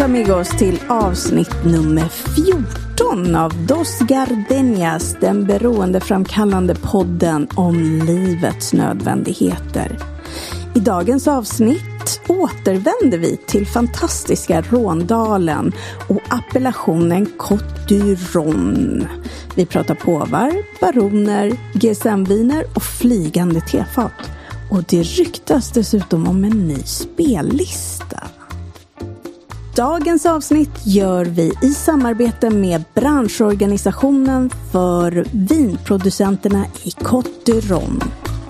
amigos till avsnitt nummer 14 av Dos Gardenias, den beroendeframkallande podden om livets nödvändigheter. I dagens avsnitt återvänder vi till fantastiska Råndalen och appellationen Côte du Rhône. Vi pratar påvar, baroner, GSM-viner och flygande tefat. Och det ryktas dessutom om en ny spellista. Dagens avsnitt gör vi i samarbete med branschorganisationen för vinproducenterna i Côte du Rhône.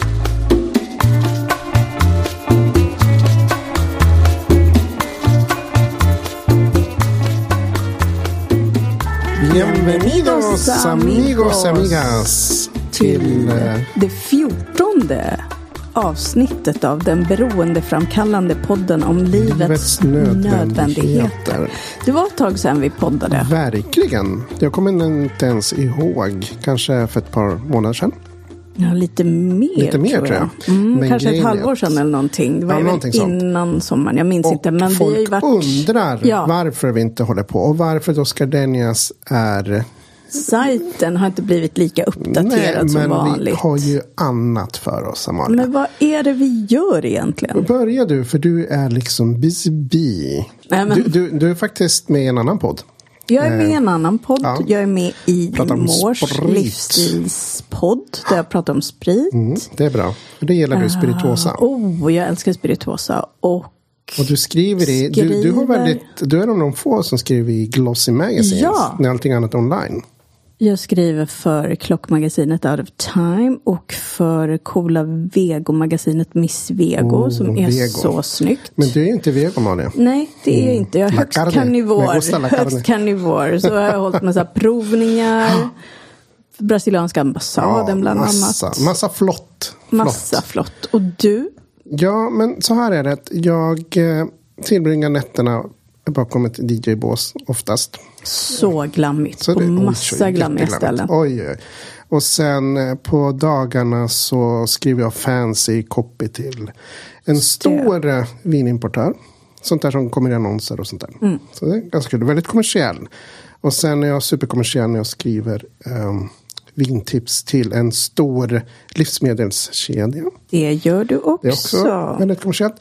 Bienvenidos amigos, amigas till det 14:e avsnittet av den beroendeframkallande podden om livets nödvändigheter. Det var ett tag sedan vi poddade. Verkligen. Jag kommer inte ens ihåg. Kanske för ett par månader sedan. Ja, lite mer tror jag. Kanske ett halvår sedan eller någonting. Det var innan sommaren, jag minns inte. Men folk vi har ju varit... undrar varför vi inte håller på. Och varför Dos Gardenias är... Sajten har inte blivit lika uppdaterad som vanligt. Men vi har ju annat för oss, Amalia. Men vad är det vi gör egentligen? Börja du, för du är liksom busy bee. Du är faktiskt med i en annan podd. Jag är med i en annan podd. Ja. Jag är med i Mors livsstilspodd där jag pratar om sprit. Det är bra. Det gäller du spirituosa. Jag älskar spirituosa. Och du skriver i... Du är de få som skriver i Glossy Magazines. Ja. När allting annat online. Jag skriver för klockmagasinet Out of Time och för coola vegomagasinet Miss Vego som är Vego. Så snyggt. Men du är inte vego, Maria. Nej, det är inte. Jag är högst karnivor. Så har jag hållit med så här provningar. Brasilianska ambassaden bland annat. Massa flott. Massa flott. Och du? Ja, men så här är det. Jag tillbringar nätterna bakom ett DJ-bås oftast. Så glammigt. Så på massa glammiga ställen. Oj. Och sen på dagarna så skriver jag fancy copy till en stor vinimportör. Sånt där som kommer i annonser och sånt där. Så det är ganska kul. Väldigt kommersiell. Och sen är jag superkommersiell när jag skriver vintips till en stor livsmedelskedja. Det gör du också. Det är också väldigt kommersiellt.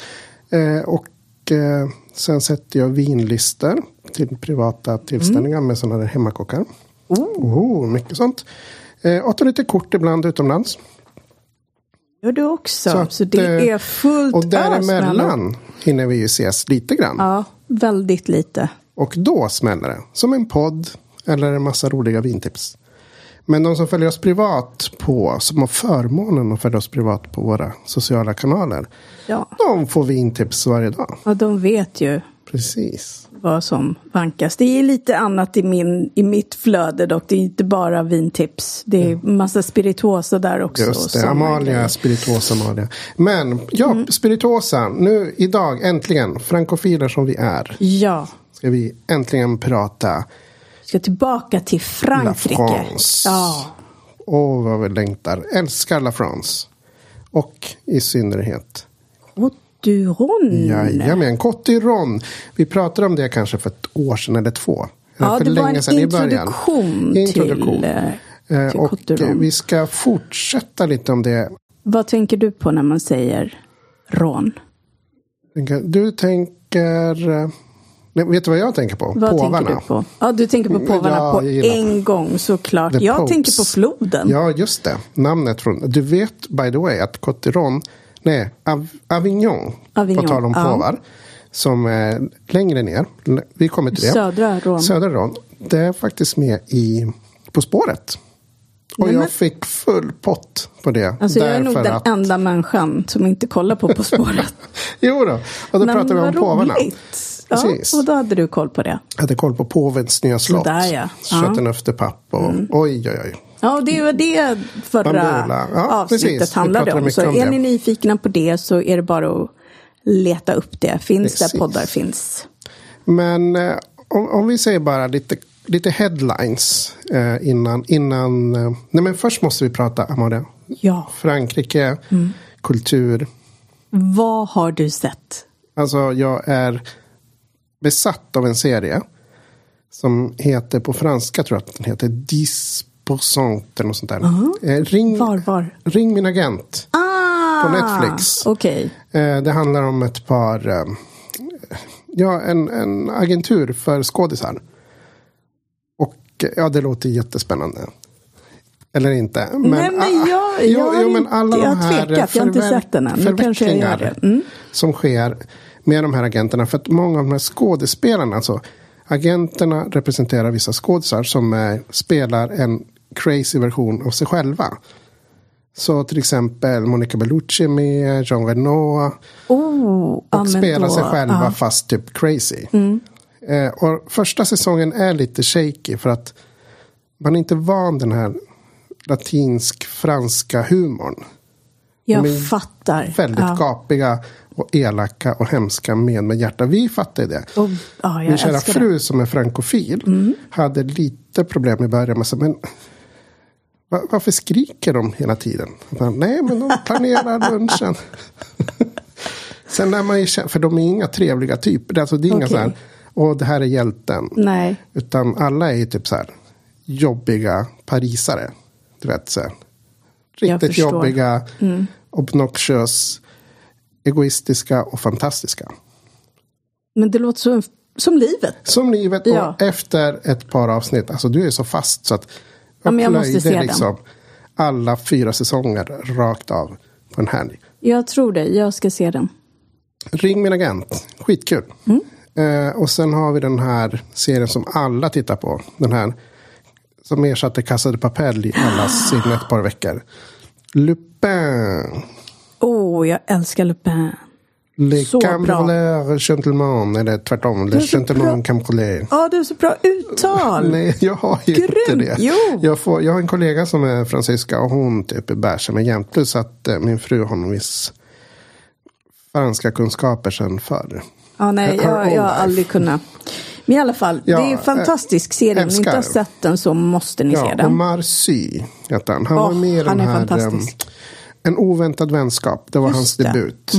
Sen sätter jag vinlistor till privata tillställningar med sådana där hemmakockar. Mycket sånt. Och tar lite kort ibland utomlands. Gör du också. Så det är fullt och däremellan hinner vi ju ses lite grann. Ja, väldigt lite. Och då smäller det. Som en podd eller en massa roliga vintips. Men de som följer oss privat som har förmånen att följa oss privat på våra sociala kanaler. Ja. De får vintips varje dag. Ja, de vet ju. Precis. Vad som vankas. Det är lite annat i mitt flöde dock. Det är inte bara vintips. Det är massa spirituosa där också. Just det, Amalia, spirituosa Amalia. Men, spirituosa. Nu, idag, äntligen, frankofiler som vi är. Ja. Ska vi äntligen prata... Ska tillbaka till Frankrike. La France. Ja. Vad vi längtar. Älskar La France. Och i synnerhet Côte du Rhône. Jajamän, Côte du Rhône. Vi pratade om det kanske för ett år sedan eller 2. Ja, det var en introduktion till Côte du Rhône. Vi ska fortsätta lite om det. Vad tänker du på när man säger Rhône? Du tänker... Vet du vad jag tänker på? Vad påvarna. Tänker du på? Ja, du tänker på påvarna på en gång såklart. Jag tänker på floden. Ja, just det. Namnet från... Du vet, by the way, att Côte du Rhône... Nej, Avignon. På tal om påvar. Som är längre ner. Vi kommer till det. Södra Rhône. Det är faktiskt med På spåret. Och jag fick full pott på det. Alltså jag är nog den enda människan som inte kollar på spåret. Jo då. Och då pratar vi om påvarna. Precis. Ja, och då hade du koll på det. Jag hade koll på påvens nya slott. Där, ja. Köttenöftepapp och oj. Ja, det var det förra avsnittet handlade om. Så är ni nyfikna på det så är det bara att leta upp det. Finns där poddar finns. Men om vi säger bara lite headlines innan. Nej, men först måste vi prata om det. Ja. Frankrike, kultur. Vad har du sett? Alltså jag är besatt av en serie som heter på franska, tror jag att den heter 10% eller något sånt där. Ring min agent på Netflix. Okay. Det handlar om ett par en agentur för skådisar. Och det låter jättespännande. Eller inte. Men, men alla de här jag har inte sett den än. Förvecklingar som sker med de här agenterna. För att många av de här skådespelarna, alltså agenterna representerar vissa skådisar som spelar en crazy version av sig själva. Så till exempel Monica Bellucci med Jean Reno och spelar sig själva fast typ crazy. Och första säsongen är lite shaky för att man är inte van den här latinsk-franska humorn. Jag fattar. Väldigt gapiga och elaka och hemska med hjärta. Vi fattar det. Min kära fru som är frankofil hade lite problem i början. Men varför skriker de hela tiden? Nej, men de planerar lunchen. Sen när man för de är inga trevliga typer. Alltså, det är inga så här, det här är hjälten. Nej. Utan alla är typ så här jobbiga parisare. Du vet, så här. Riktigt jobbiga, obnoxious, egoistiska och fantastiska. Men det låter som livet. Som livet, och efter ett par avsnitt, alltså du är så fast så att jag måste se liksom alla 4 säsonger rakt av på en helg. Jag tror det, jag ska se den. Ring min agent, skitkul. Och sen har vi den här serien som alla tittar på. Den här som ersatte Casa de Papel i allas sinnen ett par veckor. Lupin. Jag älskar Lupin. Le Cambroleur Gentleman, eller tvärtom, Le Gentleman Cambroleur. Ja, det är så bra uttal. Nej, jag har ju inte det. Jag har en kollega som är fransyska och hon typ är bärsa med jämt. Plus att min fru har en viss franska kunskaper sen förr. Ja, nej, jag har aldrig kunnat. Men i alla fall, det är en fantastisk serie. Om ni inte har sett den så måste ni se den. Och Marcy heter han. Han var med i den här En oväntad vänskap. Det var hans debut.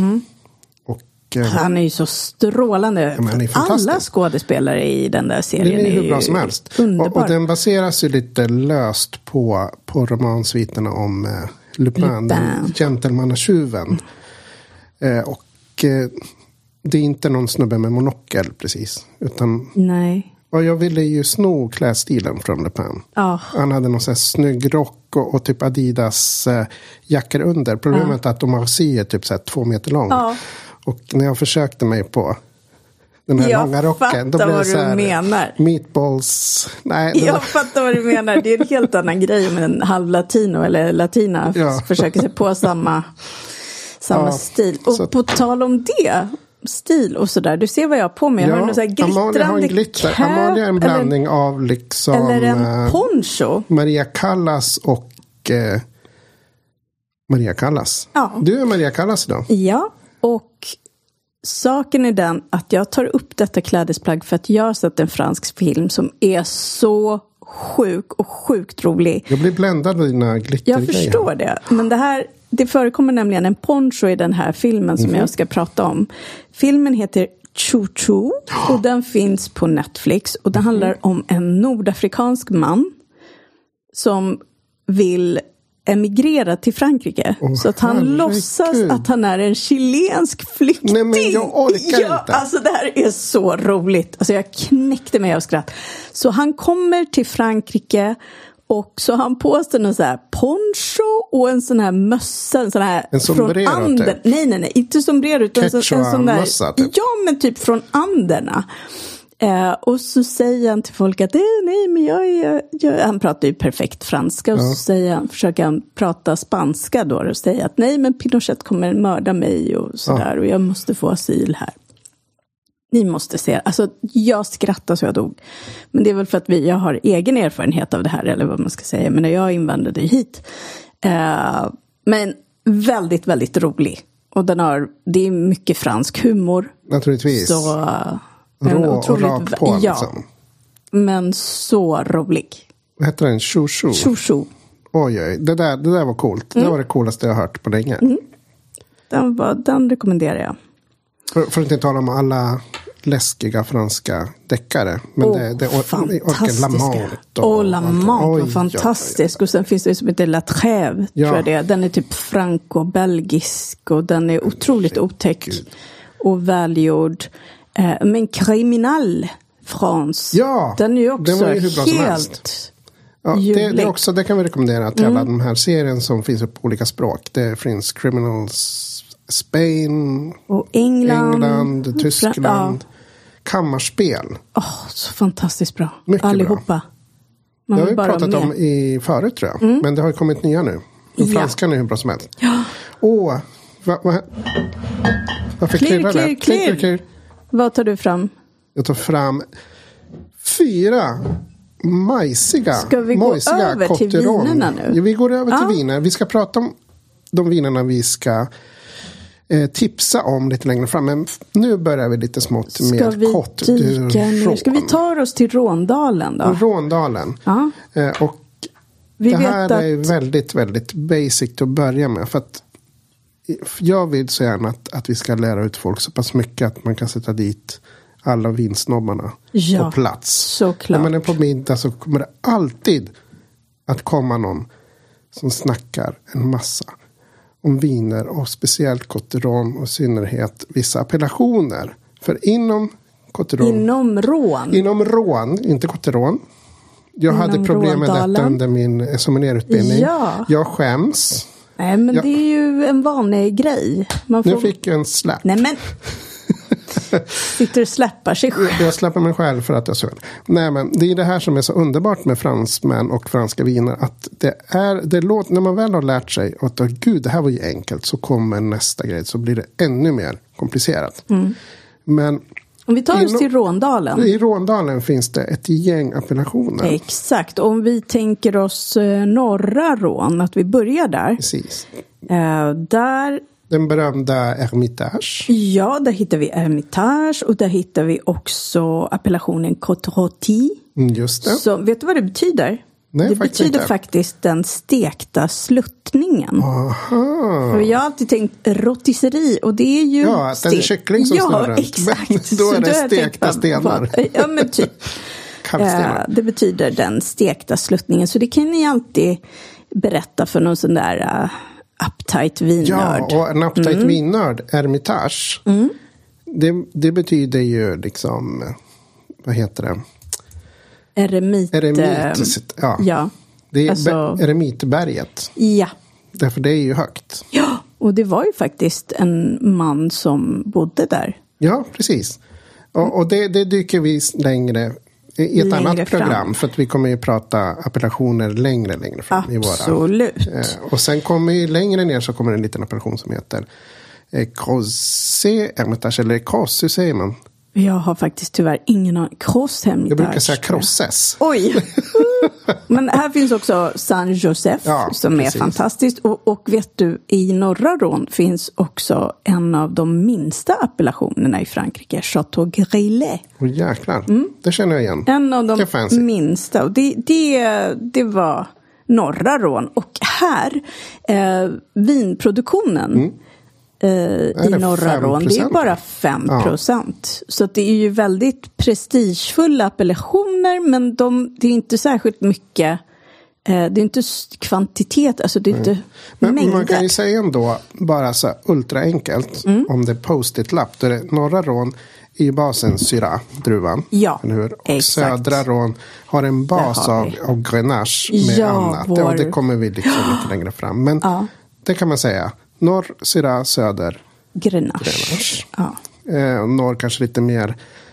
Han är ju så strålande. Alla skådespelare i den där serien den är hur bra som helst. Underbar. Och den baseras ju lite löst på romansviterna om Lupin, den gentlemannatjuven. Och det är inte någon snubbe med monokel precis. Utan, nej. Och jag ville ju sno klädstilen från Lupin. Han hade någon sån här snygg rock och typ Adidas jackor under. Problemet är att de är typ så här 2 meter lång. Och när jag försökte mig på den här långa rocken, då blev det så här menar. Meatballs. Nej, jag fattar vad du menar. Det är en helt annan grej med en halv latino eller latina försöker sig på samma stil. Och på tal om det, stil och sådär. Du ser vad jag har på mig. Jag har en så här glittrande cap. Amalia är en blandning av liksom eller en poncho. Maria Callas och Maria Callas. Du är Maria Callas idag. Ja, och saken är den att jag tar upp detta klädesplagg för att jag har sett en fransk film som är så sjuk och sjukt rolig. Jag blir bländad av dina glittergrejer. Jag förstår det. Men det förekommer nämligen en poncho i den här filmen som jag ska prata om. Filmen heter Choo Choo och den finns på Netflix. Och det handlar om en nordafrikansk man som vill emigrera till Frankrike. Så att han låtsas att han är en chilensk flykting. Nej, men jag orkar inte. Alltså det här är så roligt. Alltså jag knäckte mig av skratt. Så han kommer till Frankrike och så har han på sig en sån här poncho och en sån här mössa. En sån här från Anden. Typ. Nej, inte sombrero utan en sån där. Mössa, typ. Ja, men typ från Anderna. Och så säger han till folk att nej, men han pratar ju perfekt franska och så försöker han prata spanska då och säga att nej, men Pinochet kommer mörda mig och sådär och jag måste få asyl här. Ni måste se, alltså jag skrattar så jag dog. Men det är väl för att jag har egen erfarenhet av det här eller vad man ska säga. Men när jag invandrade hit. Men väldigt, väldigt rolig. Och det är mycket fransk humor. Naturligtvis. Så rå och rak på liksom. Men så rolig. Vad heter den? Choo Choo? Choo Choo. Oj, det där var coolt. Det var det coolaste jag har hört på länge. Den rekommenderar jag. För att inte tala om läskiga franska deckare. Men det fantastiska. Lamont. Lamont var fantastisk. Och sen finns det som heter La Trêve, tror jag det. Den är typ franco-belgisk och den är otroligt otäck och välgjord. Men Criminal France, den är ju också den var ju hur bra helt... Ja, det också, det kan vi rekommendera till alla de här serien som finns på olika språk. Det finns Criminals Spain och England Tyskland. Kammarspel. Så fantastiskt bra. Mycket allihopa. Bra. Det har vi pratat om i förut, tror jag. Men det har ju kommit nya nu. Och franskan är hur bra som helst. Ja. Varför klirrar det? Klirr. Vad tar du fram? Jag tar fram 4 majsiga. Ska vi gå över till vinerna nu? Ja, vi går över till viner. Vi ska prata om de vinerna vi ska tipsa om lite längre fram. Men nu börjar vi lite smått med Côte du Rhône. Ska vi ta oss till Råndalen då? Råndalen. Ja. Och det här är väldigt, väldigt basic att börja med. För att jag vill så gärna att vi ska lära ut folk så pass mycket att man kan sätta dit alla vinsnobbarna på plats. Såklart. När man är på middag så kommer det alltid att komma någon som snackar en massa om viner och speciellt Côte du Rhône och i synnerhet vissa appellationer. För inom Côte du Rhône. Inom Rhône, inte Côte du Rhône. Jag hade problem med detta under min sommelierutbildning. Ja. Jag skäms. Nej, men det är ju en vanlig grej. Nu fick jag en släpp. Nej, men sitter och släppar sig själv. Jag släpper mig själv för att jag söl. Nej, men det är det här som är så underbart med fransmän och franska viner. Att det låter, när man väl har lärt sig att gud, det här var ju enkelt, så kommer nästa grej. Så blir det ännu mer komplicerat. Men om vi tar oss till Råndalen. I Råndalen finns det ett gäng appellationer. Exakt. Om vi tänker oss norra Rhône, att vi börjar där. Precis. Där... Den berömda Hermitage. Ja, där hittar vi Hermitage. Och där hittar vi också appellationen Côte Rôtie. Just det. Så vet du vad det betyder? Nej, det betyder faktiskt den stekta sluttningen. Aha. För jag har alltid tänkt rotisserie, och det är ju att det är kyckling som står runt. Exakt. Då är det stekta stenar. Ja, men typ. Det betyder den stekta sluttningen. Så det kan ni alltid berätta för någon sån där uptight vinnörd. Ja, och en uptight vinnörd, Hermitage. Det betyder ju liksom, vad heter det? Eremit. Ja. Det är Eremitberget. Ja. Därför det är ju högt. Ja, och det var ju faktiskt en man som bodde där. Ja, precis. Och det dyker vi längre i ett annat program. För att vi kommer ju prata appellationer längre fram. Absolut. I våra. Och sen kommer vi längre ner så kommer en liten appellation som heter Crozet Hermitage, eller Crozet säger man. Jag har faktiskt tyvärr ingen aning. Jag brukar säga Crozes. Oj! Men här finns också Saint-Joseph som är fantastiskt. Och vet du, i norra Rhône finns också en av de minsta appellationerna i Frankrike, Chateau Grillet. Jäklar, det känner jag igen. En av de minsta. Och det var norra Rhône. Och här, vinproduktionen... i norra Rhône, det är bara 5%. Så att det är ju väldigt prestigefulla appellationer, men det är inte särskilt mycket, det är inte kvantitet, alltså det är inte mängder. Men man kan ju säga ändå, bara så ultra enkelt, om det är post-it-lapp, där det norra Rhône är ju basen Syrah, druvan. Ja, eller hur? Och exakt. Södra Rhône har en bas av Grenache med annat. Och det kommer vi liksom lite längre fram. Men det kan man säga. Norr, Syrah, söder Grenache. Ja. Norr kanske lite mer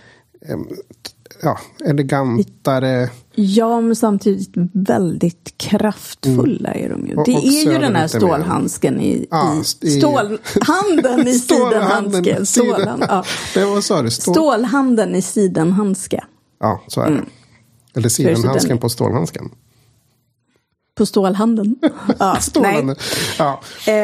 elegantare. Ja, men samtidigt väldigt kraftfulla är de ju. Det är ju den här stålhandsken stålhanden i sidenhandske. Vad sa du? Stålhanden i sidenhandske. Ja, så är det. Eller sidenhandsken på stålhandsken. På stålhanden. Ja, stålhanden. Ja.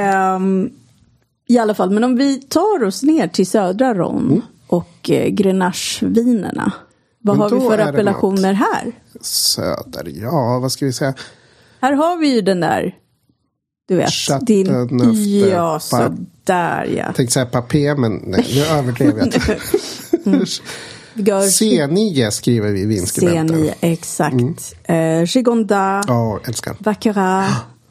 I alla fall, men om vi tar oss ner till södra Rhône och Grenache-vinerna. Vad har vi för appellationer här? Söder, vad ska vi säga? Här har vi ju den där, du vet. Chateauneuf. Ja, så där, ja. Jag tänkte säga papé, men nej, nu överdrev jag. C9 skriver vi i vinskribenten. C9, exakt. Gigonda. Älskar. Baccarat.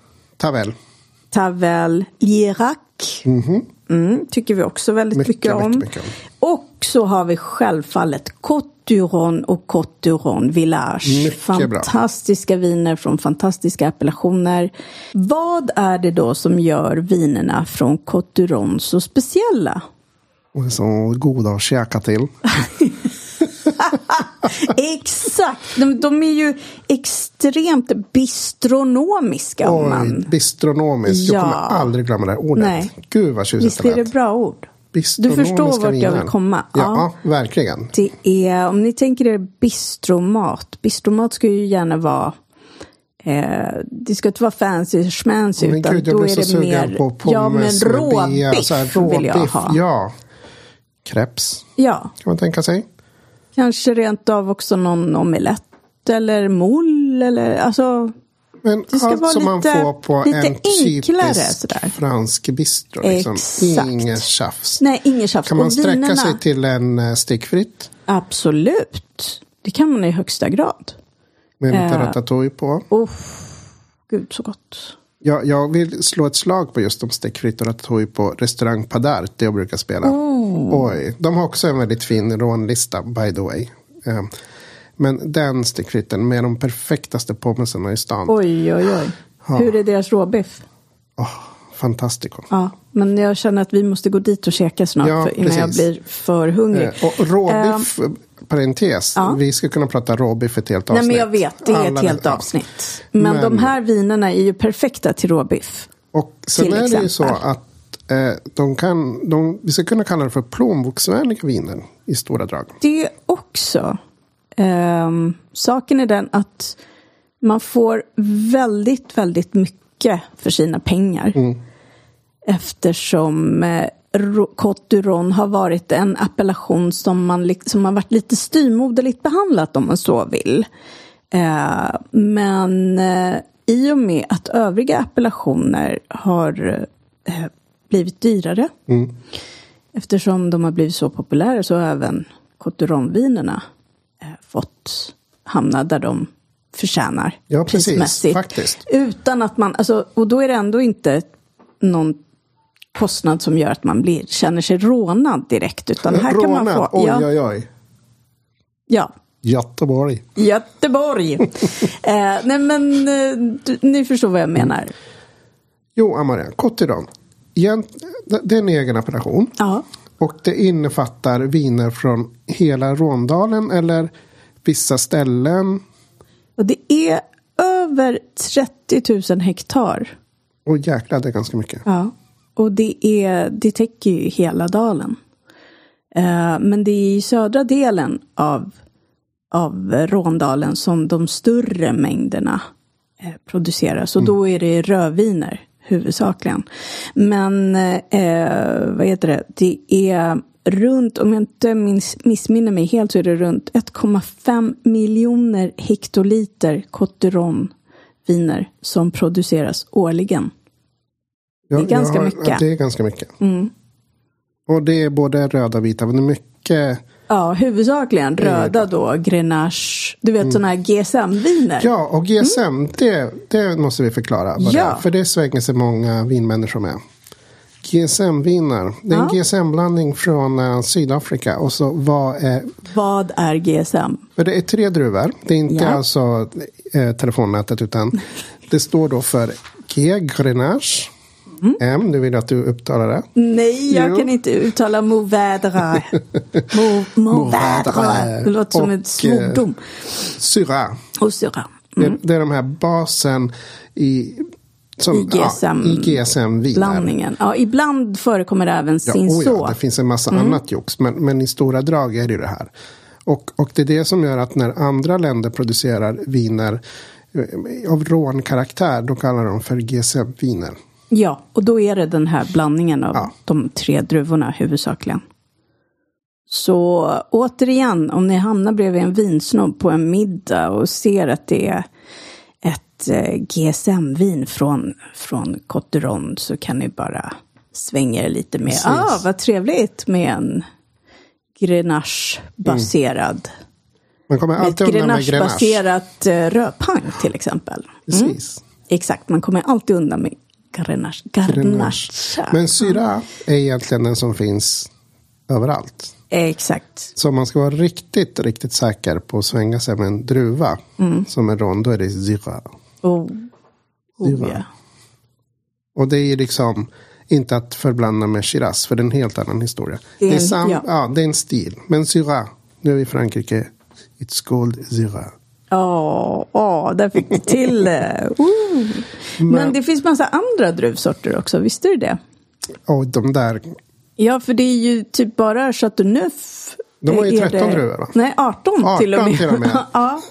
Tavel. Lirac. Tycker vi också väldigt mycket om. Och så har vi självfallet Côte d'Iron och Côte d'Iron Village. Mycket fantastiska viner från fantastiska appellationer. Vad är det då som gör vinerna från Côte d'Iron så speciella? Och så goda att käka till. Exakt, de är ju extremt bistronomiska. Bistronomisk, jag kommer aldrig glömma det här ordet. Nej. Gud vad tjusigt. Visst är det bra ord? Du förstår vart jag vill komma. Ja, verkligen. Det är, om ni tänker er bistromat ska ju gärna vara det ska inte vara fancy schmancy, utan Gud, då är det mer råbiff vill jag ha. Ja, crepes. Ja. Kan man tänka sig. Kanske rent av också någon omelett eller moule eller alltså. Men det ska allt vara som man får på en typisk fransk bistro. Liksom. Inget tjafs. Nej, inget tjafs. Kan man sträcka sig till en stickfritt? Absolut. Det kan man i högsta grad. Med lite ratatouille på. Gud så gott. Jag vill slå ett slag på just de stickfritt och ratatouille på restaurang Padart, det jag brukar spela. Oj, de har också en väldigt fin rånlista, by the way. Men den stickfritten med de perfektaste pommesarna i stan. Oj. Ja. Hur är deras råbiff? Fantastico. Ja, men jag känner att vi måste gå dit och käka snart innan jag blir för hungrig. Och råbiff, parentes, vi ska kunna prata råbiff ett helt avsnitt. Nej, men jag vet, det är ett helt avsnitt. Men de här vinerna är ju perfekta till råbiff. Och sen är det ju så att vi ska kunna kalla det för plånboksvänliga viner i stora drag. Det också. Saken är den att man får väldigt, väldigt mycket för sina pengar. Eftersom Côte d'Iron har varit en appellation som har varit lite styrmoderligt behandlat, om man så vill. Men i och med att övriga appellationer har blivit dyrare, eftersom de har blivit så populära, så har även Côte d'Iron-vinerna fått hamna där de förtjänar. Ja, precis, faktiskt. Utan att man, och då är det ändå inte någon kostnad som gör att man känner sig rånad direkt, utan här kan man få... Oj. Ja. Göteborg. Nej, men ni förstår vad jag menar. Jo, Amaria, Côte d'Iron. Det är en egen appellation. Ja. Och det innefattar viner från hela Råndalen eller vissa ställen. Och det är över 30 000 hektar. Och jäklar, det är ganska mycket. Ja, och det täcker ju hela dalen. Men det är i södra delen av Råndalen som de större mängderna produceras. Och då är det rödviner huvudsakligen. Men vad heter det? Det är runt, om jag inte missminner mig helt, så är det runt 1,5 miljoner hektoliter Côte d'Iron viner som produceras årligen. Det är ganska mycket. Ja, det är ganska mycket. Och det är både röda och vita, men det är mycket... Ja, huvudsakligen röda då, Grenache, du vet sådana här GSM-viner. Ja, och GSM, det måste vi förklara. För det svänger sig många vinmänniskor med. GSM-viner, det är en GSM-blandning från Sydafrika. Och så vad är GSM? För det är 3 druvor, det är inte alltså telefonnätet, utan det står då för G, Grenache. Nu vill jag att du upptalar det. Nej, jag kan inte uttala Mourvèdre. Mourvèdre. Det låter som ett svordom. Syrah. Och Syrah. Det är de här basen i GSM-viner. Blandningen. Ja, ibland förekommer det även Cinsault. Det finns en massa annat jox. Men i stora drag är det det här. Och det är det som gör att när andra länder producerar viner av rånkaraktär, då kallar de för GSM-viner. Ja, och då är det den här blandningen av de 3 druvorna huvudsakligen. Så återigen, om ni hamnar bredvid en vinsnobb på en middag och ser att det är ett GSM-vin från Côte d'Iron, så kan ni bara svänga er lite med. Vad trevligt med en Grenache-baserad. Man kommer alltid undan med Grenache. Grenache-baserat rödpang till exempel. Precis. Exakt, man kommer alltid undan med Grenache. Men Syrah är egentligen den som finns överallt. Exakt. Så om man ska vara riktigt, riktigt säker på att svänga sig med en druva som är rond, då är det Syrah. Ja. Och det är liksom inte att förblanda med Shiraz, för det är en helt annan historia. Det är en stil. Men Syrah, nu är vi i Frankrike, it's called Syrah. Där fick vi till det. Men det finns massa andra druvsorter också, visste du det? De där. Ja, för det är ju typ bara Chateauneuf. De har ju 13 druvor, va? Nej, 18 till och med. Ja.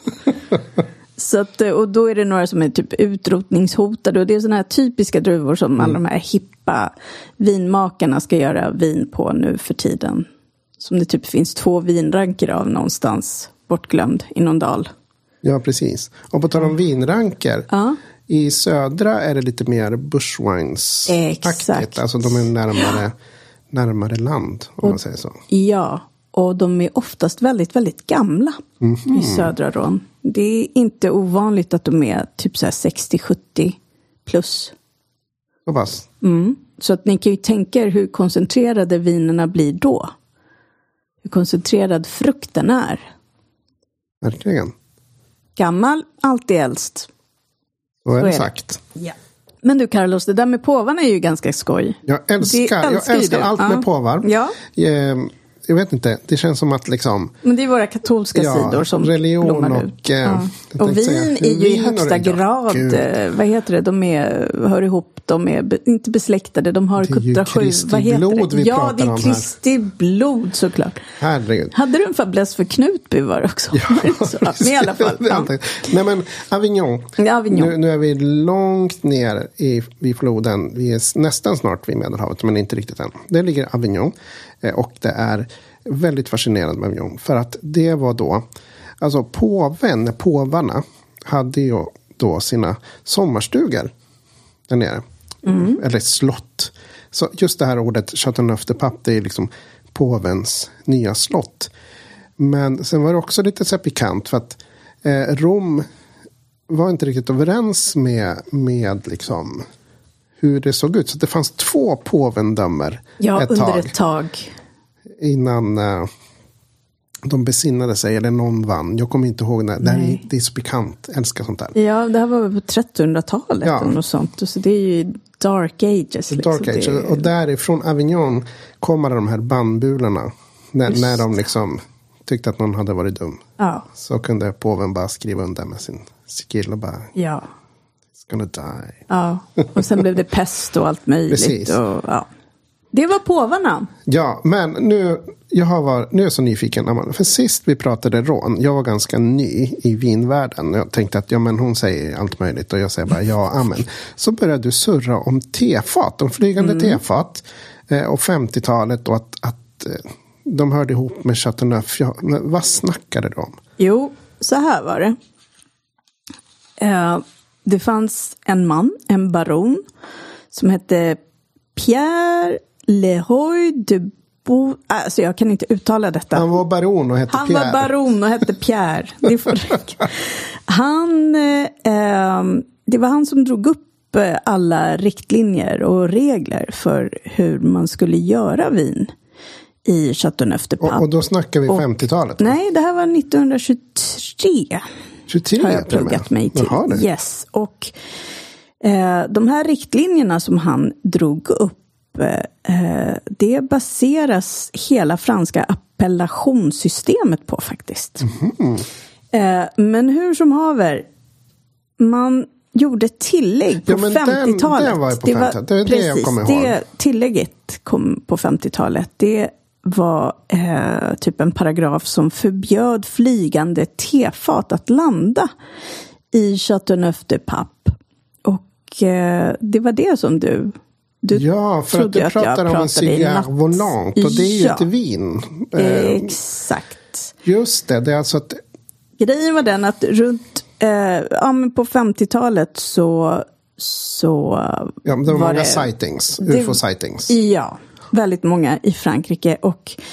Så att, och då är det några som är typ utrotningshotade. Och det är sådana här typiska druvor som alla de här hippa vinmakarna ska göra vin på nu för tiden. Som det typ finns 2 vinranker av någonstans bortglömd i någon dal. Ja, precis. Och på tal om vinranker. I södra är det lite mer bushwines-aktigt. Alltså de är närmare land, om man säger så. Ja, och de är oftast väldigt, väldigt gamla i södra Rhône. Det är inte ovanligt att de är typ så här 60-70 plus. Så pass. Så att ni kan ju tänka er hur koncentrerade vinerna blir då. Hur koncentrerad frukten är. Verkligen. Gammal, alltid äldst. Så är det sagt. Ja. Men du Carlos, det där med påvarna är ju ganska skoj. Jag älskar allt med påvar. Ja. Jag vet inte, det känns som att liksom... Men det är våra katolska sidor som religion blommar ut. Och vin är ju i högsta grad, vad heter det, de hör ihop, de är inte besläktade, de har Côte vad heter blod det? Ja, det är Kristi blod såklart. Herregud. Hade du en fäbless för Knutby var också? Ja, men i alla fall. Nej, men Avignon. Nu är vi långt ner vid floden. Vi är nästan snart vid Medelhavet, men inte riktigt än. Där ligger Avignon. Och det är väldigt fascinerande med Avignon. För att det var då, alltså påvarna hade ju då sina sommarstugor där nere. Eller slott. Så just det här ordet Chateauneuf-de-Pape, det är liksom påvens nya slott. Men sen var det också lite så pikant för att Rom var inte riktigt överens med liksom hur det såg ut. Så det fanns 2 påvendömer under ett tag. Innan de besinnade sig eller någon vann. Jag kommer inte ihåg när. Det är så pikant. Älskar sånt där. Ja, det här var på 1300-talet och sånt. Så det är ju Dark Ages. Dark Ages. Och därifrån Avignon kommer de här bandbulorna. När de liksom tyckte att någon hade varit dum. Ja. Så kunde påven bara skriva under med sin sigill och bara... Ja. It's gonna die. Ja, och sen blev det pest och allt möjligt. Precis. Och, ja. Det var påvarna. Ja, men nu är jag så nyfiken, Amanda. För sist vi pratade Rhône, jag var ganska ny i vinvärlden. Jag tänkte att men hon säger allt möjligt och jag säger bara ja, amen. Så började du surra om tefat, om flygande tefat och 50-talet och att de hörde ihop med Chateauneuf. Ja, men vad snackade de om? Jo, så här var det. Det fanns en baron som hette Pierre Leroy de Bo... Alltså jag kan inte uttala detta. Han var baron och hette Pierre. Han var baron och hette Pierre. Det får räcka. Det var han som drog upp alla riktlinjer och regler för hur man skulle göra vin i Chateauneuf-de-Pape. Och då snackar vi 50-talet? Nej, det här var 1923. 23 har jag pluggat mig till. Jaha, yes. Och de här riktlinjerna som han drog upp, det baseras hela franska appellationssystemet på faktiskt. Men hur som haver, man gjorde tillägg på 50-talet. Den var på 50-talet. Det är det jag kommer ihåg. Det tillägget kom på 50-talet. Det var typ en paragraf som förbjöd flygande tefat att landa i Chateauneuf-de-Pape. Och det var det som du ja, för att du pratar om en cigarre volant. Och det är ju ett vin. Exakt. Just det är alltså att... Grejen var den att runt men på 50-talet så ja, det var många sightings, UFO-sightings. Ja, väldigt många i Frankrike. Och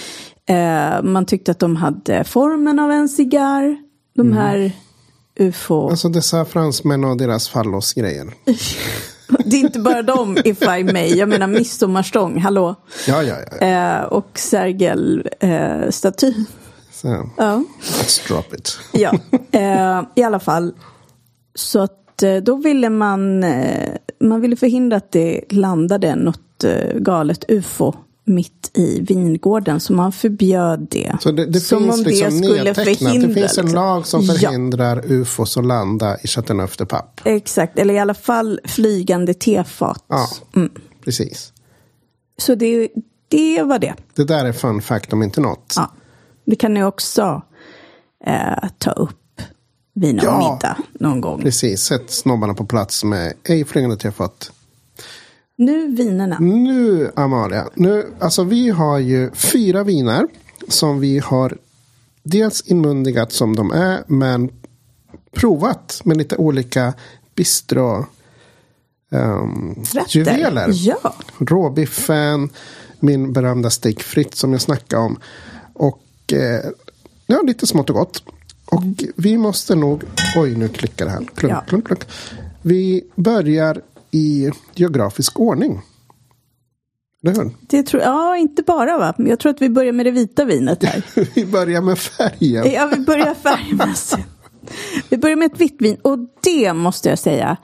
Man tyckte att de hade formen av en cigarr. De här UFO. Alltså dessa fransmän och deras fallosgrejer. Det är inte bara de, if I may. Jag menar midsommarstång, hallå. Ja. Och Sergel-staty. Så. Ja. Let's drop it. Ja, i alla fall. Så att då ville man ville förhindra att det landade något galet UFO mitt i vingården, så man förbjöd det. Så det som finns om liksom det skulle förhindra. Det finns en lag som förhindrar UFOs att landa i Châteauneuf-de-Pape. Exakt, eller i alla fall flygande tefat. Ja, precis. Så det var det. Det där är fun fact om inte något. Ja, det kan ni också ta upp vid någon middag någon gång. Precis, sätt snobbarna på plats med ej flygande tefat. Nu vinerna. Nu, Amalia. Alltså vi har ju 4 viner som vi har dels inmundigat som de är, men provat med lite olika bistro juveler. Ja. Råbiffen, min berömda steak frites som jag snackade om. Och lite smått och gott. Och vi måste nog... Oj, nu klickar det här. Klunk. Vi börjar i geografisk ordning. Det tror jag inte bara, va? Men jag tror att vi börjar med det vita vinet här. Vi börjar med färgen. Ja, vi börjar färgmässigt. Vi börjar med ett vitt vin. Och det måste jag säga.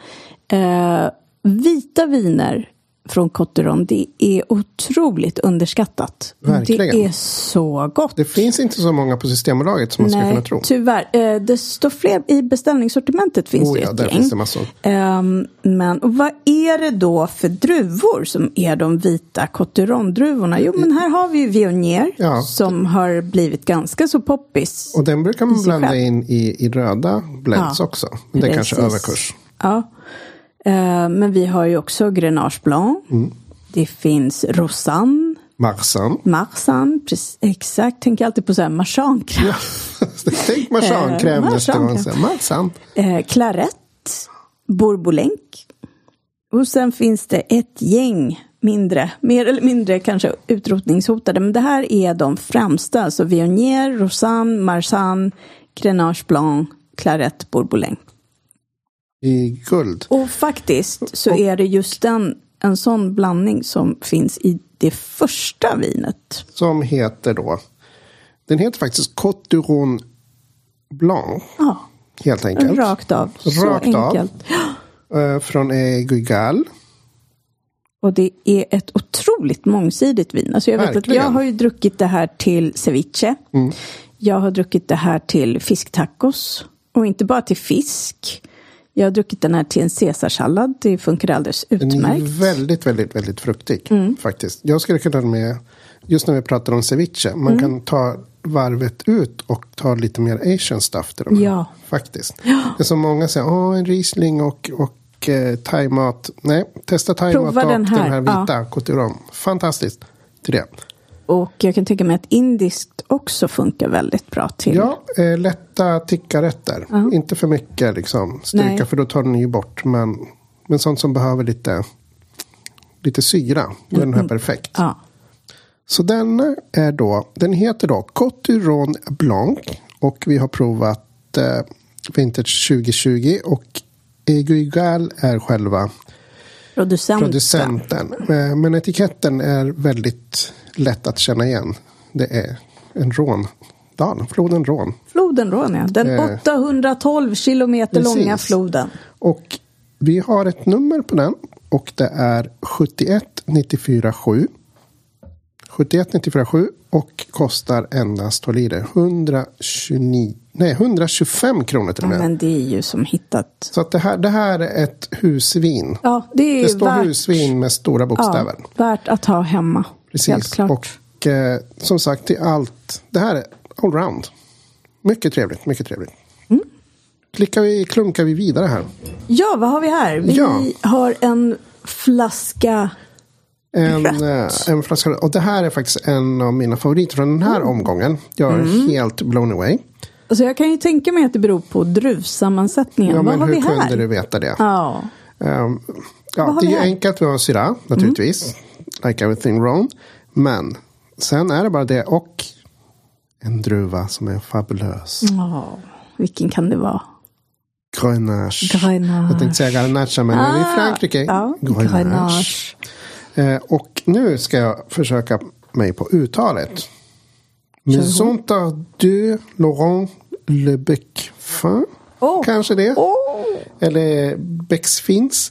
Vita viner från Cotteron, det är otroligt underskattat. Verkligen. Det är så gott. Det finns inte så många på Systembolaget som man ska kunna tro. Tyvärr. Det står fler i beställningssortimentet, finns det ett gäng. Finns det massor. Men vad är det då för druvor som är de vita Cotteron-druvorna? Jo, men här har vi ju Viognier som har blivit ganska så poppis. Och den brukar man blanda in i röda blends också. Men det är kanske överkurs. Ja. Men vi har ju också Grenache Blanc. Det finns Rosanne. Marsanne, exakt. Tänker alltid på så här marsankräm. Ja, tänk marsankräm nästa gång. Marsanne. Claret, Bourbouleng. Och sen finns det ett gäng mer eller mindre kanske utrotningshotade. Men det här är de främsta. Alltså Viognier, Rosanne, Marsanne, Grenache Blanc, Claret, Bourbouleng. I guld. Och faktiskt så är det just en sån blandning som finns i det första vinet. Som heter då, den heter faktiskt Cotteron Blanc. Ja. Helt enkelt. Rakt av. Från Guigal. Och det är ett otroligt mångsidigt vin. Alltså jag vet att jag har ju druckit det här till ceviche. Jag har druckit det här till fisktacos. Och inte bara till fisk. Jag har druckit den här till en caesarsallad. Det funkar alldeles utmärkt. Den är väldigt, väldigt, väldigt fruktig faktiskt. Jag skulle kunna med, just när vi pratar om ceviche, man kan ta varvet ut och ta lite mer Asian stuff till dem. Ja. Faktiskt. Ja. Det är som många säger, en Riesling och thaimat. Nej, testa thaimat och den här vita Cotteron. Fantastiskt till det. Och jag kan tänka mig att indiskt också funkar väldigt bra till. Ja, lätta tickarätter. Inte för mycket liksom styrka, för då tar den ju bort. Men sånt som behöver lite syra, då är den här perfekt. Ja. Så den heter då Cotteron Blanc. Och vi har provat Vintage 2020. Och Guigal är själva producenten. Men etiketten är väldigt lätt att känna igen. Det är en råndal. Floden Rån. Floden Rån, ja. Den 812 kilometer långa floden. Och vi har ett nummer på den. Och det är 71947. 71947 och kostar endast, håll i det, 125 kronor till och med. Men det är ju som hittat. Så att det här är ett husvin. Ja, det står husvin med stora bokstäver. Ja, värt att ha hemma. Precis. Helt klart. Och som sagt, till allt. Det här är allround. Mycket trevligt, mycket trevligt. Klunkar vi vidare här. Ja, vad har vi här? Vi har en flaska en flaska. Och det här är faktiskt en av mina favoriter från den här omgången. Jag är helt blown away. Alltså jag kan ju tänka mig att det beror på druvsammansättningen. Ja, vad har vi här? Hur kunde du veta det? Ja. Det är ju enkelt med Syrah, naturligtvis. Like everything wrong. Men sen är det bara det. Och en druva som är fabulös. Vilken kan det vara? Grenache. Jag tänkte säga Grenache, men är det i Frankrike? Ja, Grenache. Och nu ska jag försöka mig på uttalet. Maison de Laurent Le Becfin. Kanske det. Eller Becksfins.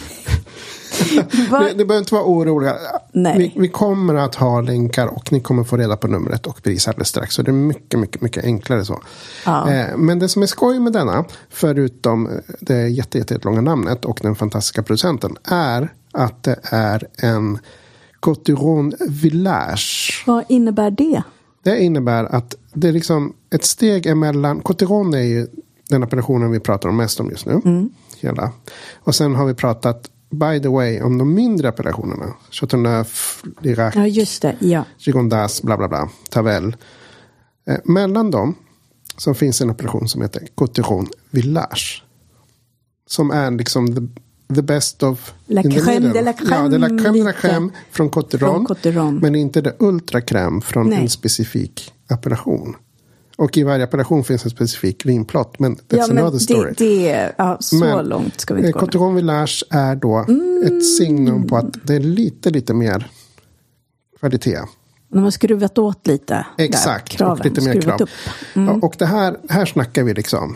Det behöver inte vara oroliga. Vi kommer att ha länkar och ni kommer få reda på numret och pris alldeles strax. Så det är mycket, mycket, mycket enklare så. Men det som är skoj med denna, förutom det jättelånga namnet och den fantastiska producenten, är att det är en Cotillon Village. Vad innebär det? Det innebär att det är liksom ett steg emellan. Cotillon är ju den appellationen vi pratar om mest om just nu. Hela. Och sen har vi pratat, by the way, om de mindre appellationerna. Chateauneuf, Lirac, Gigondas, bla bla bla, Tavel. Mellan dem så finns en appellation som heter Cotillon Village. Som är liksom the best of la crème de la crème. Ja, det är la crème de la crème från Cotillon. Men inte det ultra crème från en specifik appellation. Och i varje appellation finns en specifik vinplott. Men that's another story. Så långt ska vi inte gå. Cotillon Village är då ett signum på att det är lite mer kvalitet. De har skruvat åt lite. Exakt, där, och lite mer krav. Och det här snackar vi liksom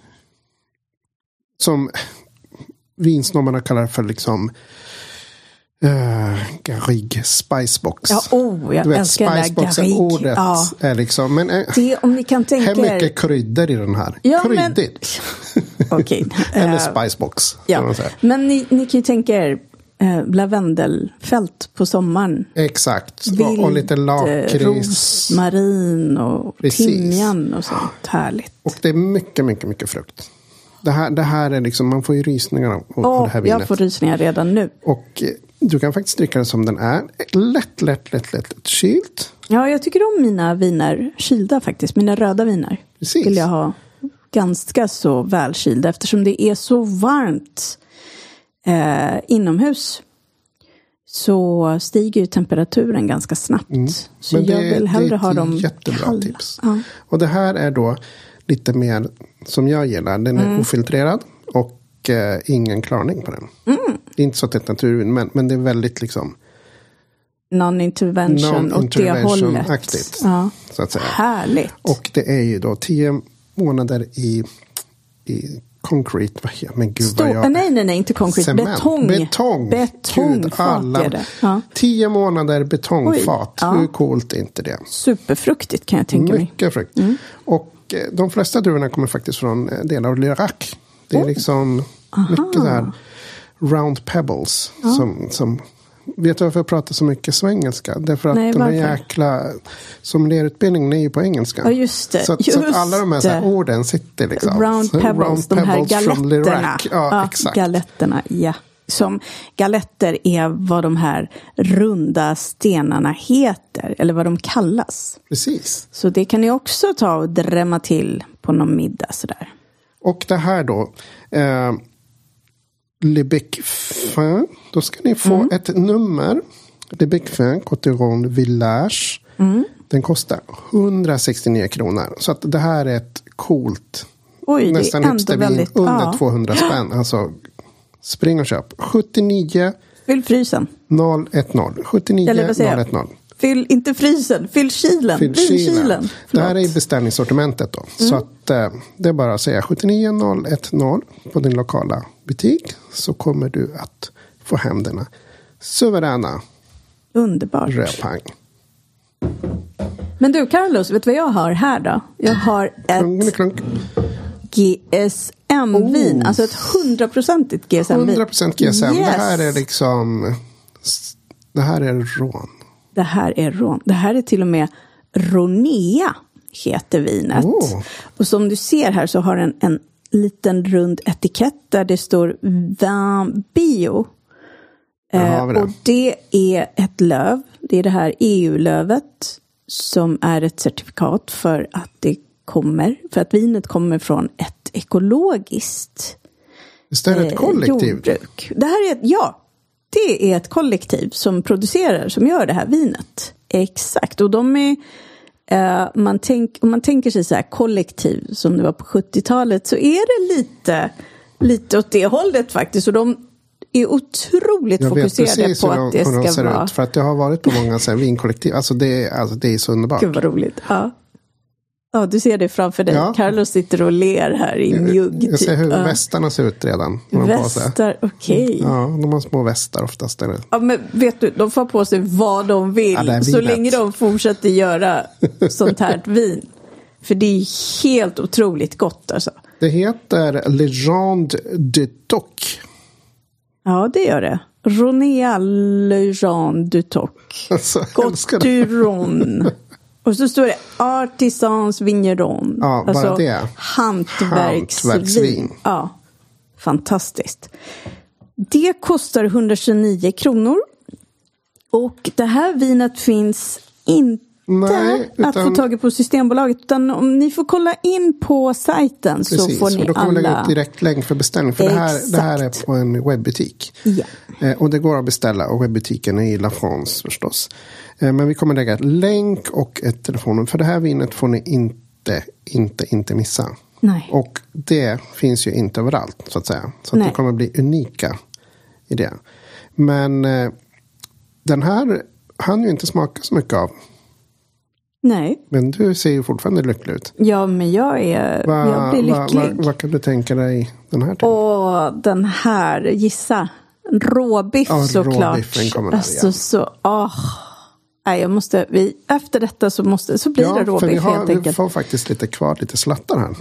som vinsnobbarna kallar för liksom Garrigue Spicebox. Jag älskar Spiceboxen, ordet är liksom, men det, om ni kan tänka är mycket kryddor i den här. Kryddigt. Okej. Eller Spicebox. Men ni kan ju tänka er lavendelfält på sommaren. Exakt. Och lite lakrits. Rosmarin och timjan och sånt. Härligt. Och det är mycket, mycket, mycket frukt. Det här är liksom, man får ju rysningar av det här vinet. Jag får rysningar redan nu. Och du kan faktiskt dricka det som den är. Lätt kylt. Ja, jag tycker om mina viner kylda faktiskt. Mina röda viner. Precis. Vill jag ha ganska så välkylda. Eftersom det är så varmt inomhus. Så stiger ju temperaturen ganska snabbt. Så men jag vill hellre ha dem jättebra kalla. Tips. Och det här är då lite mer som jag gillar. Den är ofiltrerad och ingen klarning på den. Det är inte så att det är ett naturvin, men det är väldigt liksom non-intervention åt det hållet. Aktigt, så att säga. Härligt. Och det är ju då 10 månader i concrete. Men gud vad jag... Nej, inte concrete. Cement. Betong. Gud, alla. 10 månader betongfat. Hur coolt är inte det? Superfruktigt kan jag tänka mig. Mycket frukt. Och de flesta druvorna kommer faktiskt från delar av Lirac. Det är liksom mycket så här round pebbles som vet du varför jag pratar så mycket svengelska? Därför att den här jäkla sommelierutbildningen är ju på engelska. Ja, just det. Så att alla de här orden sitter liksom. Round pebbles, de här galetterna. Ja, exakt. Galetterna, ja. Som galetter är vad de här runda stenarna heter. Eller vad de kallas. Precis. Så det kan ni också ta och drämma till på någon middag sådär. Och det här då... Le Becfin. Då ska ni få ett nummer. Le Becfin, Cotillon Village. Den kostar 169 kronor. Så att det här är ett coolt. Nästan hipster vin under 200 spänn. Alltså spring och köp. 79. Fyll frysen. 010. 79 010. Fyll inte frysen, fyll kylen. Kylen. Det här är beställningssortimentet då. Så att det är bara att säga 79 010 på din lokala butik. Så kommer du att få hem denna suveräna underbart rödpang. Men du Carlos, vet du vad jag har här då? Jag har ett GSM-vin. Alltså ett 100% GSM-vin. 100% GSM. Yes. Det här är liksom... Det här är rån. Det här är rån. Det här är till och med Ronea heter vinet. Och som du ser här så har den en liten rund etikett där det står Vin Bio. Och det är ett löv. Det är det här EU-lövet som är ett certifikat för att det kommer. För att vinet kommer från ett ekologiskt ett kollektiv. Jordbruk. Det här är det är ett kollektiv som producerar, som gör det här vinet. Exakt. Och de är Om man tänker sig så här kollektiv som det var på 70-talet, så är det lite åt det hållet faktiskt. Och de är otroligt fokuserade på att det ska vara... Ut, för att jag har varit på många så här vinkollektiv. Alltså det är så underbart. Gud vad roligt, Ja, du ser det framför dig. Ja. Carlos sitter och ler här i mjugg. Jag ser hur västarna ser ut redan. Västar, okej. Ja, de har små västar oftast. Eller? Ja, men vet du, de får på sig vad de vill. Så länge de fortsätter göra sånt här vin. För det är helt otroligt gott alltså. Det heter Legende de Toc. Ja, det gör det. Ronéa Legende de Toc. Alltså, Gott du Ron. Och så står det Artisans Vigneron. Ja, alltså, bara det. Hantverksvin. Ja, fantastiskt. Det kostar 129 kronor. Och det här vinet finns inte att få tag i på Systembolaget. Utan om ni får kolla in på sajten. Precis, så får ni alla... då kommer vi lägga upp direkt länk för beställning. För det här är på en webbutik. Ja. Och det går att beställa. Och webbutiken är i La France förstås. Men vi kommer lägga ett länk och ett telefonnummer. För det här vinet får ni inte missa. Nej. Och det finns ju inte överallt så att säga. Så att det kommer bli unika i det. Men den här hann ju inte smaka så mycket av. Nej. Men du ser ju fortfarande lycklig ut. Ja, men jag blir lycklig. Vad kan du tänka dig den här till? Den här, gissa. Råbiff såklart. Råbiffen kommer där, alltså så, Nej, efter detta så blir det råbiff helt enkelt. Vi får faktiskt lite slattar här.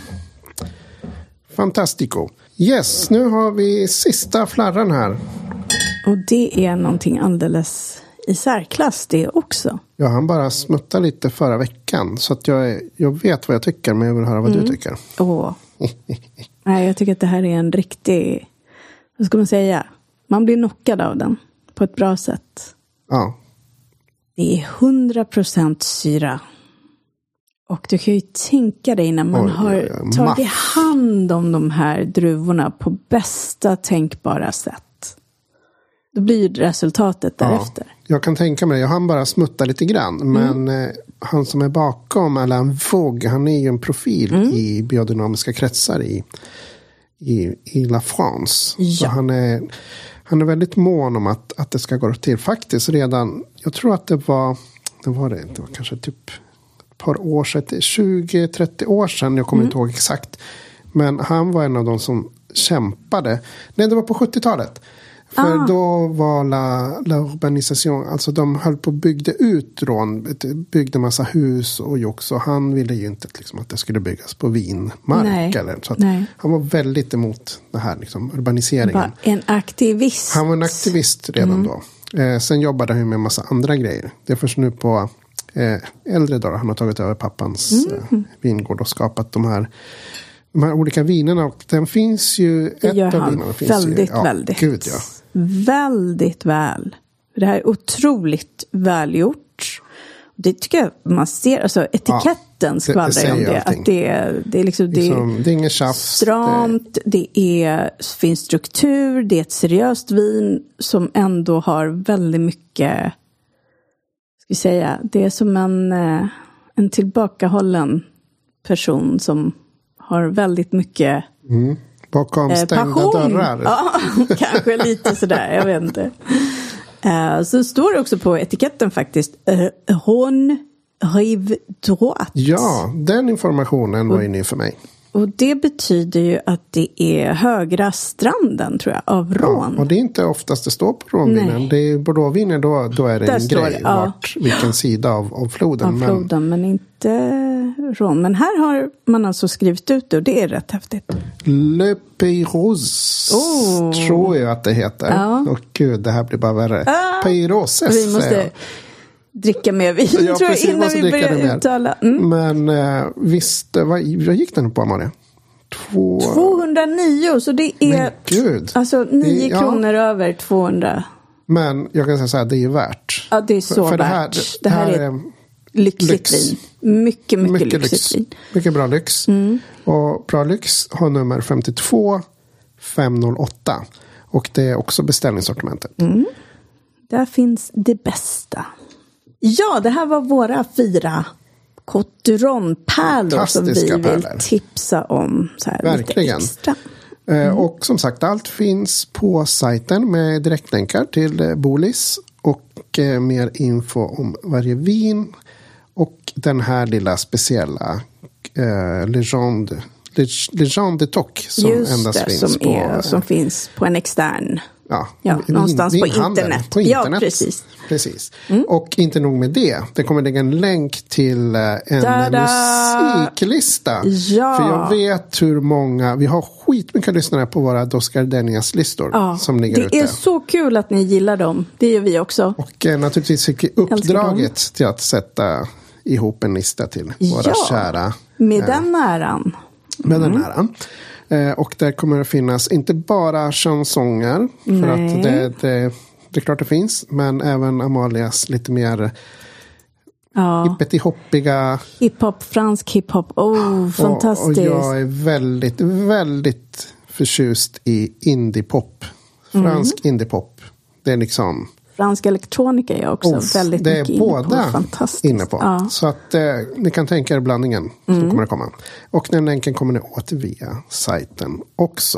Fantastico. Yes, nu har vi sista flarran här. Och det är någonting alldeles i särklass det också. Ja, han bara smuttade lite förra veckan. Så att jag vet vad jag tycker, men jag vill höra vad du tycker. Nej, jag tycker att det här är en riktig... Vad ska man säga? Man blir knockad av den på ett bra sätt. Ja. Det är 100% syra. Och du kan ju tänka dig när man har tagit hand om de här druvorna på bästa tänkbara sätt. Då blir ju resultatet därefter. Ja, jag kan tänka mig det. Jag hann bara smutta lite grann. Men han som är bakom, Alain Vogue, han är ju en profil i biodynamiska kretsar i La France. Ja. Så han är väldigt mån om att det ska gå till. Faktiskt redan, jag tror att det var kanske typ ett par år sedan, 20-30 år sedan, jag kommer inte ihåg exakt. Men han var en av de som kämpade. Nej, det var på 70-talet. För då var la urbanisation, alltså de höll på och byggde ut byggde massa hus och jox, och han ville ju inte liksom, att det skulle byggas på vinmark. Nej. Eller, så att han var väldigt emot det här liksom, urbaniseringen. Var en aktivist. Han var en aktivist redan då. Sen jobbade han med en massa andra grejer. Det är först nu på äldre dagar han har tagit över pappans vingård och skapat de här olika vinerna. Och den finns ju... Väldigt väldigt väl. Det här är otroligt välgjort. Det tycker jag man ser. Alltså etiketten skvallrar ju om det. Att det är liksom... Det är inget tjafs. Stramt. Finns struktur. Det är ett seriöst vin som ändå har väldigt mycket... Ska vi säga. Det är som en tillbakahållen person som har väldigt mycket... Bakom stängda dörrar. Ja, kanske lite sådär, jag vet inte. Så står det också på etiketten faktiskt. Hon rive droit. Ja, den informationen var ju ny för mig. Och det betyder ju att det är högra stranden, tror jag, av Rhône. Ja, och det är inte oftast det står på Rhônevinen. Det är Bordeauxviner, då är det där en grej. Vilken sida av floden. Av floden, men inte Rhône. Men här har man alltså skrivit ut det, och det är rätt häftigt. Le Peyros tror jag att det heter. Ja. Och gud, det här blir bara värre. Peyroses. Vi måste dricka mer vin, tror jag, innan vi börjar uttala. Men visst, vad gick den på, Amalia? 209, så det är alltså 9 kronor över 200. Men jag kan säga så här, det är ju värt. Ja, det är så för värt. Det här är lyxigt vin. Mycket lyxigt vin. Mycket bra lyx. Och bra lyx har nummer 52508. Och det är också beställningssortimentet. Där finns det bästa. Ja, det här var våra 4 Côte d'Ivoire-pärlor som vi vill pärlor. tipsa om. Så här, verkligen. Lite extra. Och som sagt, allt finns på sajten med direktlänkar till Bolis och mer info om varje vin och den här lilla speciella Legende de Toc som just endast det, finns som finns på en extern. Ja, någonstans på internet. Ja, precis. Och inte nog med det. Det kommer lägga en länk till en musiklista. Ja. För jag vet hur många, vi har skitmycket lyssnare på våra Dos Gardenias-listor som ligger ute. Det är så kul att ni gillar dem. Det gör vi också. Och naturligtvis fick vi uppdraget till att sätta ihop en lista till våra kära. Med den äran. Med den äran. Och där kommer det finnas inte bara chansonger. För att det är klart det finns. Men även Amalias lite mer hippety-hoppiga. Hiphop, fransk hiphop. Fantastiskt. Och jag är väldigt, väldigt förtjust i indiepop. Fransk indiepop. Det är liksom... Fransk elektronika är jag också väldigt mycket inne på. Det är båda inne på. Ja. Så att ni kan tänka er blandningen som kommer att komma. Och den länken kommer ni åt via sajten också.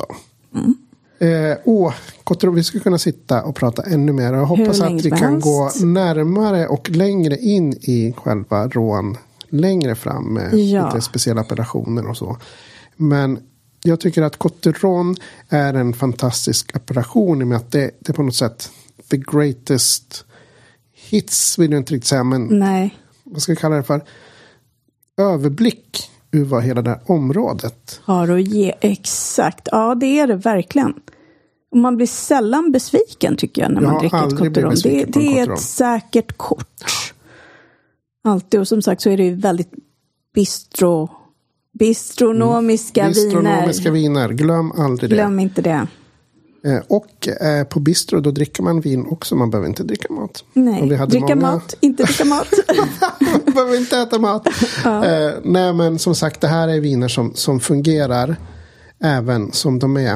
Vi skulle kunna sitta och prata ännu mer. Jag hoppas att vi kan gå närmare och längre in i själva rån. Längre fram med lite speciella operationer och så. Men jag tycker att Côte d'Ivoire är en fantastisk operation i och med att det är på något sätt the greatest hits vill jag inte riktigt säga, men vad ska vi kalla det för? Överblick över hela det här området. Har att ge, exakt. Ja, det är det verkligen. Och man blir sällan besviken tycker jag när man dricker ett Côte d'Ivoire. Det är ett säkert kort. Alltid, och som sagt så är det ju väldigt bistronomiska viner. Glöm aldrig det. Glöm inte det. Och på bistro då dricker man vin också. Man behöver inte dricka mat. Nej, mat, inte dricka mat. Man behöver inte äta mat. Nej, men som sagt, det här är viner som fungerar även som de är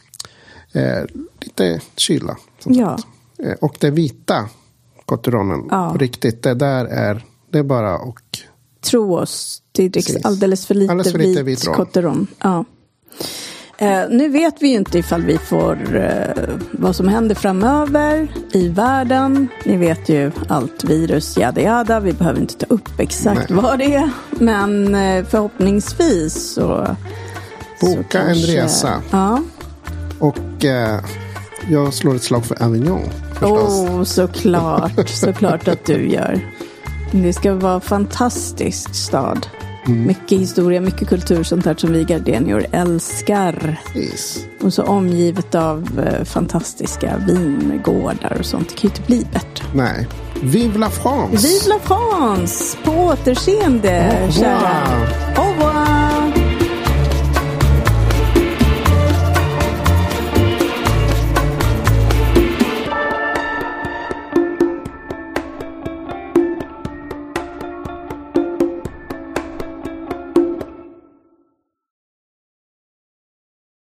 lite kyla. Och det vita Côte d'Ivoire på riktigt, det är bara och tro oss, det dricks alldeles för lite vit Côte d'Ivoire. Ja. Nu vet vi ju inte ifall vi får vad som händer framöver i världen. Ni vet ju allt virus, jada. Vi behöver inte ta upp exakt vad det är. Men förhoppningsvis så... Boka en resa. Ja. Och jag slår ett slag för Avignon. Såklart att du gör. Det ska vara en fantastisk stad. Mycket historia, mycket kultur, sånt här som vi gardenior älskar. Yes. Och så omgivet av fantastiska vingårdar och sånt. Det kan ju inte bli bättre. Nej. Vive la France! Vive la France! På återseende, kära.